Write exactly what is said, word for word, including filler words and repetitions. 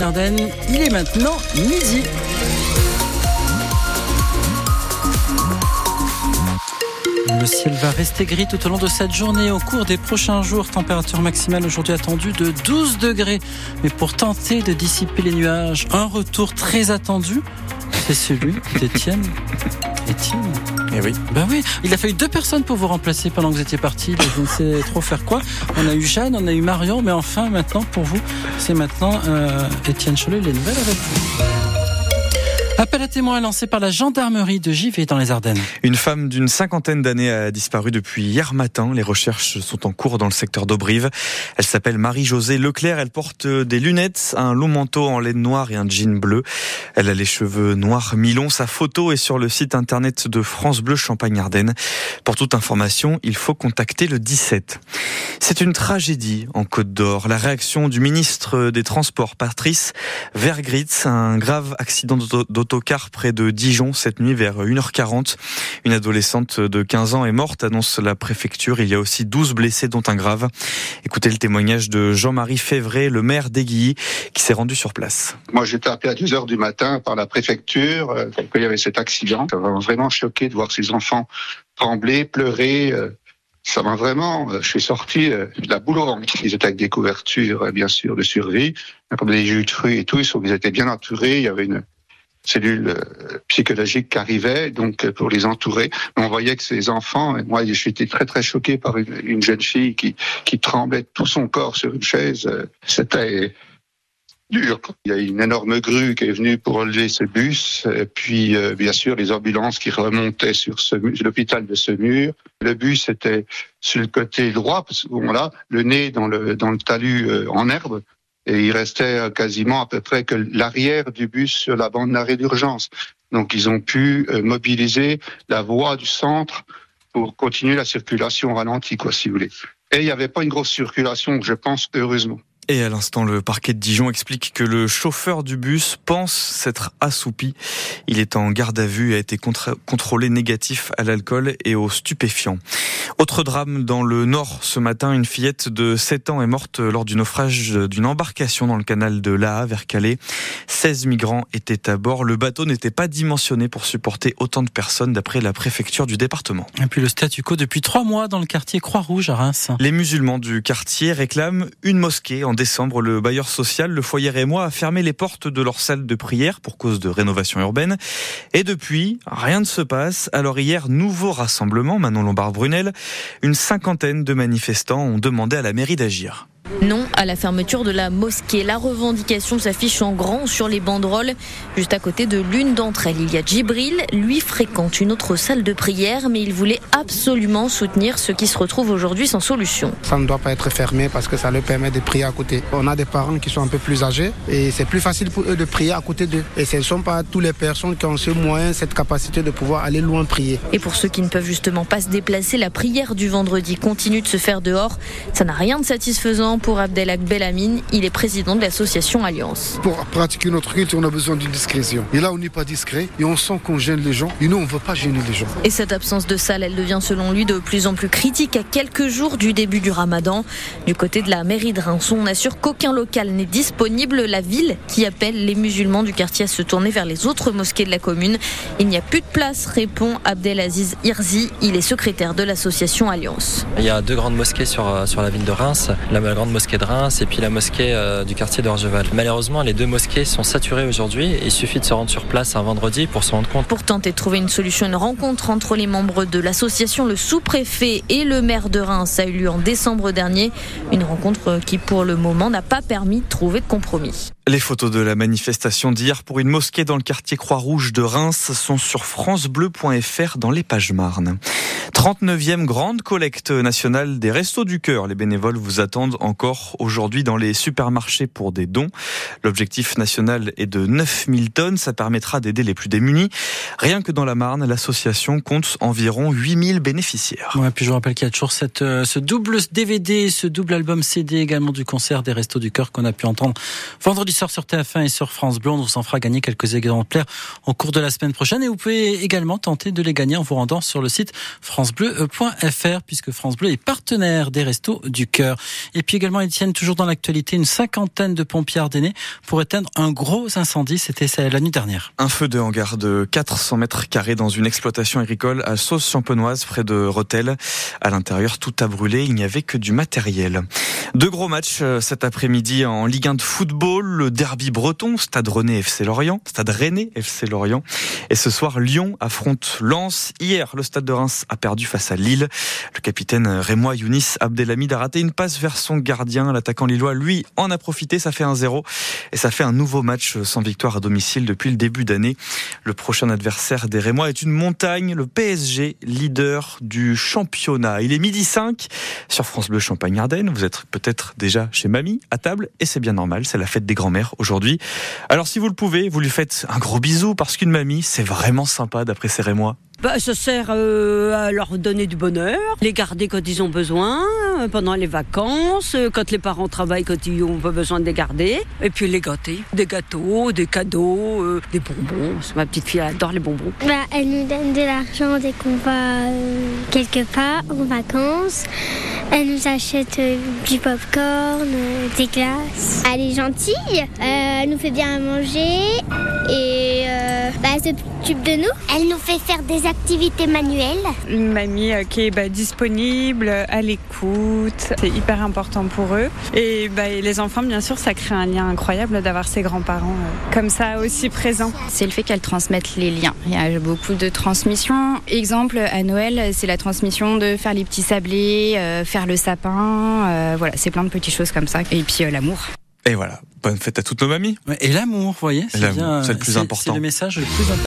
Ardennes. Il est maintenant midi. Le ciel va rester gris tout au long de cette journée. Au cours des prochains jours, température maximale aujourd'hui attendue de douze degrés. Mais pour tenter de dissiper les nuages, un retour très attendu, c'est celui d'Étienne. Étienne Eh oui. Ben oui, il a fallu deux personnes pour vous remplacer pendant que vous étiez partis. Je ne sais trop faire quoi. On a eu Jeanne, on a eu Marion, mais enfin maintenant pour vous, c'est maintenant euh, Étienne Cholet, les nouvelles avec vous. Appel à témoins lancé par la gendarmerie de Givet dans les Ardennes. Une femme d'une cinquantaine d'années a disparu depuis hier matin. Les recherches sont en cours dans le secteur d'Aubrive. Elle s'appelle Marie-Josée Leclerc. Elle porte des lunettes, un long manteau en laine noire et un jean bleu. Elle a les cheveux noirs mi-longs. Sa photo est sur le site internet de France Bleu Champagne-Ardenne. Pour toute information, il faut contacter le dix-sept. C'est une tragédie en Côte d'Or. La réaction du ministre des Transports, Patrice Vergritz, un grave accident d'auto autocar près de Dijon cette nuit vers une heure quarante. Une adolescente de quinze ans est morte, annonce la préfecture. Il y a aussi douze blessés, dont un grave. Écoutez le témoignage de Jean-Marie Févret, le maire d'Aiguilly, qui s'est rendu sur place. Moi, j'étais appelé à deux heures du matin par la préfecture, euh, qu'il y avait cet accident. Ça m'a vraiment choqué de voir ces enfants trembler, pleurer. Euh, ça m'a vraiment... Euh, je suis sorti euh, de la boule au ventre. Ils étaient avec des couvertures, euh, bien sûr, de survie, comme des jus de fruits et tout. Ils étaient bien entourés. Il y avait une cellule psychologique qui arrivait, donc pour les entourer. On voyait que ces enfants, et moi j'étais très très choqué par une, une jeune fille qui, qui tremblait de tout son corps sur une chaise. C'était dur. Il y a une énorme grue qui est venue pour relever ce bus, et puis euh, bien sûr les ambulances qui remontaient sur ce, l'hôpital de Semur. Le bus était sur le côté droit, parce que bon, là, le nez dans le, dans le talus euh, en herbe. Et il restait quasiment à peu près que l'arrière du bus sur la bande d'arrêt d'urgence. Donc ils ont pu mobiliser la voie du centre pour continuer la circulation ralentie, quoi, si vous voulez. Et il n'y avait pas une grosse circulation, je pense, heureusement. Et à l'instant, le parquet de Dijon explique que le chauffeur du bus pense s'être assoupi. Il est en garde à vue et a été contre- contrôlé négatif à l'alcool et aux stupéfiants. Autre drame dans le Nord ce matin, une fillette de sept ans est morte lors du naufrage d'une embarcation dans le canal de Laha vers Calais. seize migrants étaient à bord. Le bateau n'était pas dimensionné pour supporter autant de personnes d'après la préfecture du département. Et puis le statu quo depuis trois mois dans le quartier Croix-Rouge à Reims. Les musulmans du quartier réclament une mosquée. En décembre, le bailleur social, le Foyer Rémois, a fermé les portes de leur salle de prière pour cause de rénovation urbaine. Et depuis, rien ne se passe. Alors hier, nouveau rassemblement, Manon Lombard-Brunel. Une cinquantaine de manifestants ont demandé à la mairie d'agir. Non à la fermeture de la mosquée. La revendication s'affiche en grand sur les banderoles. Juste à côté de l'une d'entre elles, il y a Djibril. Lui fréquente une autre salle de prière, mais il voulait absolument soutenir ceux qui se retrouvent aujourd'hui sans solution. Ça ne doit pas être fermé parce que ça leur permet de prier à côté. On a des parents qui sont un peu plus âgés et c'est plus facile pour eux de prier à côté d'eux. Et ce ne sont pas toutes les personnes qui ont ce moyen, cette capacité de pouvoir aller loin prier. Et pour ceux qui ne peuvent justement pas se déplacer, la prière du vendredi continue de se faire dehors. Ça n'a rien de satisfaisant pour Abdelhak Belamine, il est président de l'association Alliance. Pour pratiquer notre culte, on a besoin d'une discrétion. Et là, on n'est pas discret et on sent qu'on gêne les gens. Et nous, on ne veut pas gêner les gens. Et cette absence de salle, elle devient selon lui de plus en plus critique à quelques jours du début du ramadan. Du côté de la mairie de Reims, on assure qu'aucun local n'est disponible. La ville qui appelle les musulmans du quartier à se tourner vers les autres mosquées de la commune. Il n'y a plus de place, répond Abdelaziz Irzi. Il est secrétaire de l'association Alliance. Il y a deux grandes mosquées sur, sur la ville de Reims. La grande mosquée de Reims et puis la mosquée euh, du quartier d'Orgeval. Malheureusement, les deux mosquées sont saturées aujourd'hui. Il suffit de se rendre sur place un vendredi pour se rendre compte. Pour tenter de trouver une solution, une rencontre entre les membres de l'association, le sous-préfet et le maire de Reims a eu lieu en décembre dernier. Une rencontre qui, pour le moment, n'a pas permis de trouver de compromis. Les photos de la manifestation d'hier pour une mosquée dans le quartier Croix-Rouge de Reims sont sur francebleu point f r dans les pages Marne. trente-neuvième grande collecte nationale des Restos du Cœur. Les bénévoles vous attendent encore aujourd'hui dans les supermarchés pour des dons. L'objectif national est de neuf mille tonnes. Ça permettra d'aider les plus démunis. Rien que dans la Marne, l'association compte environ huit mille bénéficiaires. Ouais, puis je vous rappelle qu'il y a toujours cette, euh, ce double D V D, ce double album C D également du concert des Restos du Cœur qu'on a pu entendre vendredi soir sur T F un et sur France Bleu. On vous en fera gagner quelques exemplaires au cours de la semaine prochaine et vous pouvez également tenter de les gagner en vous rendant sur le site francebleu point f r puisque France Bleu est partenaire des Restos du Cœur. Et puis également également, Étienne, toujours dans l'actualité, une cinquantaine de pompiers ardennais pour éteindre un gros incendie. C'était la nuit dernière. Un feu de hangar de quatre cents mètres carrés dans une exploitation agricole à Sauce-Champenoise, près de Rethel. À l'intérieur, tout a brûlé. Il n'y avait que du matériel. Deux gros matchs cet après-midi en Ligue un de football. Le derby breton, Stade Rennais F C Lorient. Stade Rennais F C Lorient. Et ce soir, Lyon affronte Lens. Hier, le Stade de Reims a perdu face à Lille. Le capitaine rémois Younis Abdelhamid a raté une passe vers son gardien. L'attaquant lillois, lui, en a profité. Ça fait un zéro. Et ça fait un nouveau match sans victoire à domicile depuis le début d'année. Le prochain adversaire des Rémois est une montagne, le P S G, leader du championnat. Il est midi cinq sur France Bleu Champagne-Ardenne. Vous êtes peut-être déjà chez mamie à table et c'est bien normal, c'est la fête des grands-mères aujourd'hui. Alors si vous le pouvez, vous lui faites un gros bisou parce qu'une mamie, c'est vraiment sympa d'après ces Rémois. Bah, ça sert euh, à leur donner du bonheur, les garder quand ils ont besoin, pendant les vacances, quand les parents travaillent, quand ils n'ont pas besoin de les garder, et puis les gâter. Des gâteaux, des cadeaux, euh, des bonbons. Ma petite fille adore les bonbons. Bah, elle nous donne de l'argent dès qu'on va euh, quelque part en vacances. Elle nous achète euh, du popcorn, euh, des glaces. Elle est gentille, euh, elle nous fait bien à manger et euh, bah, elle s'occupe de nous. Elle nous fait faire des activités manuelles. Une mamie euh, qui est bah, disponible, à l'écoute, c'est hyper important pour eux. Et, bah, et les enfants, bien sûr, ça crée un lien incroyable d'avoir ses grands-parents euh, comme ça aussi présents. C'est le fait qu'elles transmettent les liens. Il y a beaucoup de transmissions. Exemple, à Noël, c'est la transmission de faire les petits sablés, euh, faire le sapin. Euh, voilà, c'est plein de petites choses comme ça. Et puis euh, l'amour. Et voilà, bonne fête à toutes nos mamies. Et l'amour, vous voyez, c'est, bien, c'est le plus c'est, important. C'est le message le plus important.